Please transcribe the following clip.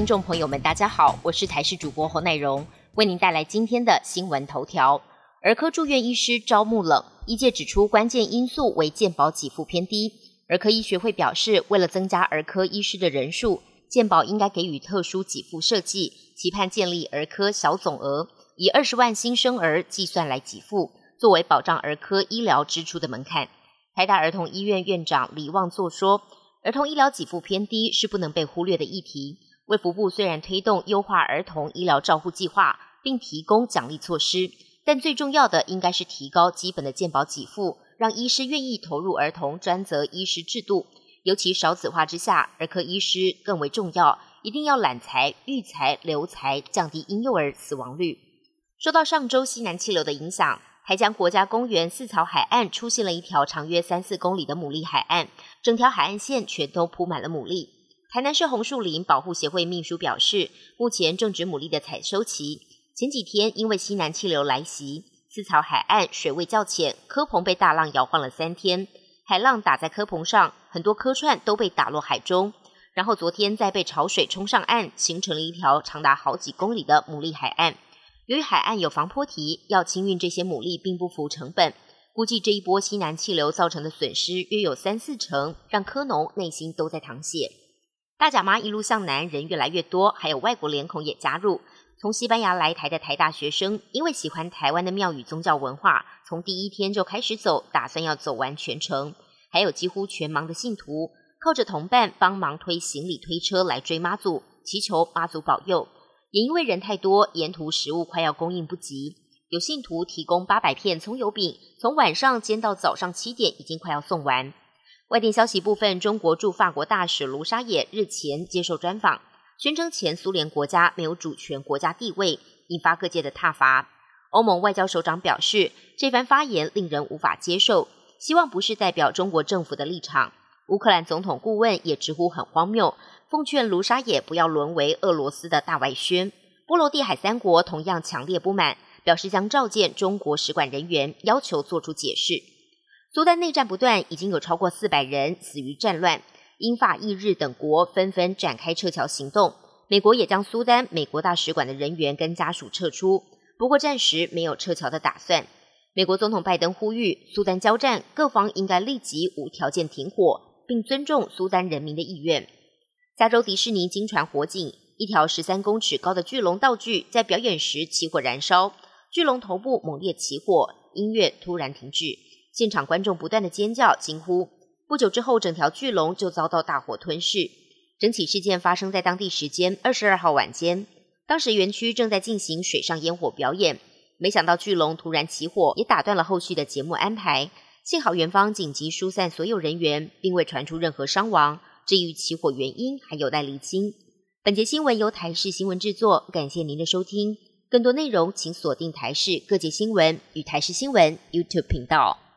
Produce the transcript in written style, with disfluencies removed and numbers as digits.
众朋友们，大家好，我是台视主播侯乃荣，为您带来今天的新闻头条。儿科住院医师招募冷，医界指出关键因素为健保给付偏低。儿科医学会表示，为了增加儿科医师的人数，健保应该给予特殊给付设计，期盼建立儿科小总额，以20万新生儿计算来给付，作为保障儿科医疗支出的门槛。台大儿童医院院长李旺作说，儿童医疗给付偏低是不能被忽略的议题。卫福部虽然推动优化儿童医疗照护计划，并提供奖励措施，但最重要的应该是提高基本的健保给付，让医师愿意投入儿童专责医师制度。尤其少子化之下，儿科医师更为重要，一定要揽才、育才、留才，降低婴幼儿死亡率。受到上周西南气流的影响，台江国家公园四草海岸出现了一条长约3-4公里的牡蛎海岸，整条海岸线全都铺满了牡蛎。台南市红树林保护协会秘书表示，目前正值牡蛎的采收期，前几天因为西南气流来袭，四草海岸水位较浅，蚵棚被大浪摇晃了3天，海浪打在蚵棚上，很多蚵串都被打落海中，然后昨天再被潮水冲上岸，形成了一条长达好几公里的牡蛎海岸。由于海岸有防波堤，要清运这些牡蛎并不符成本，估计这一波西南气流造成的损失约有3-4成，让蚵农内心都在淌血。大甲妈一路向南，人越来越多，还有外国脸孔也加入。从西班牙来台的台大学生，因为喜欢台湾的庙宇宗教文化，从第一天就开始走，打算要走完全程。还有几乎全盲的信徒，靠着同伴帮忙推行李推车来追妈祖，祈求妈祖保佑。也因为人太多，沿途食物快要供应不及，有信徒提供800片葱油饼，从晚上煎到早上7点，已经快要送完。外电消息部分，中国驻法国大使卢沙野日前接受专访，宣称前苏联国家没有主权国家地位，引发各界的挞伐。欧盟外交首长表示，这番发言令人无法接受，希望不是代表中国政府的立场。乌克兰总统顾问也直呼很荒谬，奉劝卢沙野不要沦为俄罗斯的大外宣。波罗的海3国同样强烈不满，表示将召见中国使馆人员，要求做出解释。苏丹内战不断，已经有超过400人死于战乱，英法意日等国纷纷展开撤侨行动，美国也将苏丹美国大使馆的人员跟家属撤出，不过暂时没有撤侨的打算。美国总统拜登呼吁苏丹交战，各方应该立即无条件停火，并尊重苏丹人民的意愿。加州迪士尼惊传火警，一条13公尺高的巨龙道具在表演时起火燃烧，巨龙头部猛烈起火，音乐突然停止，现场观众不断的尖叫惊呼。不久之后，整条巨龙就遭到大火吞噬。整起事件发生在当地时间22号晚间，当时园区正在进行水上烟火表演，没想到巨龙突然起火，也打断了后续的节目安排。幸好园方紧急疏散所有人员，并未传出任何伤亡。至于起火原因，还有待厘清。本节新闻由台视新闻制作，感谢您的收听。更多内容请锁定台视各界新闻与台视新闻 YouTube 频道。